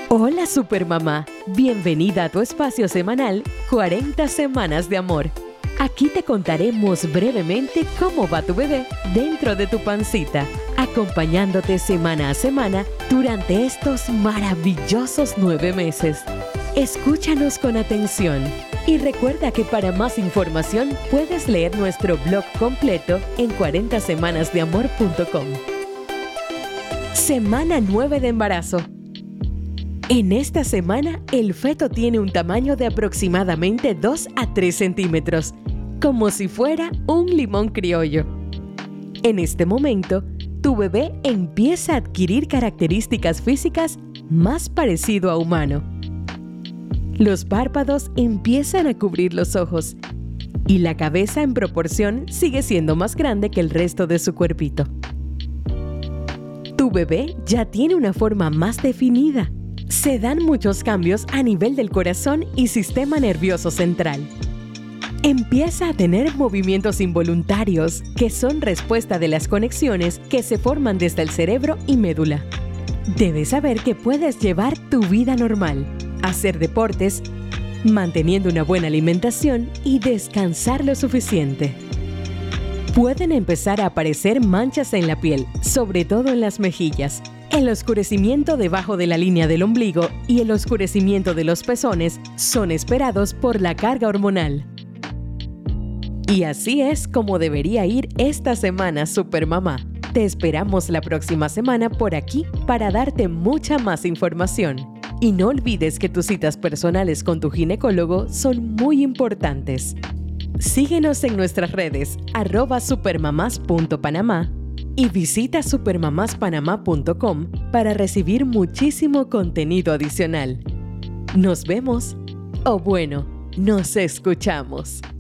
Hola Supermamá, bienvenida a tu espacio semanal 40 Semanas de Amor. Aquí te contaremos brevemente cómo va tu bebé dentro de tu pancita, acompañándote semana a semana durante estos maravillosos 9 meses. Escúchanos con atención y recuerda que para más información puedes leer nuestro blog completo en 40semanasdeamor.com. Semana 9 de embarazo. En esta semana, el feto tiene un tamaño de aproximadamente 2 a 3 centímetros, como si fuera un limón criollo. En este momento, tu bebé empieza a adquirir características físicas más parecido a humano. Los párpados empiezan a cubrir los ojos y la cabeza en proporción sigue siendo más grande que el resto de su cuerpito. Tu bebé ya tiene una forma más definida. Se dan muchos cambios a nivel del corazón y sistema nervioso central. Empieza a tener movimientos involuntarios, que son respuesta de las conexiones que se forman desde el cerebro y médula. Debes saber que puedes llevar tu vida normal, hacer deportes, manteniendo una buena alimentación y descansar lo suficiente. Pueden empezar a aparecer manchas en la piel, sobre todo en las mejillas. El oscurecimiento debajo de la línea del ombligo y el oscurecimiento de los pezones son esperados por la carga hormonal. Y así es como debería ir esta semana, Supermamá. Te esperamos la próxima semana por aquí para darte mucha más información. Y no olvides que tus citas personales con tu ginecólogo son muy importantes. Síguenos en nuestras redes @supermamás.panamá y visita supermamaspanamá.com para recibir muchísimo contenido adicional. Nos vemos, o bueno, nos escuchamos.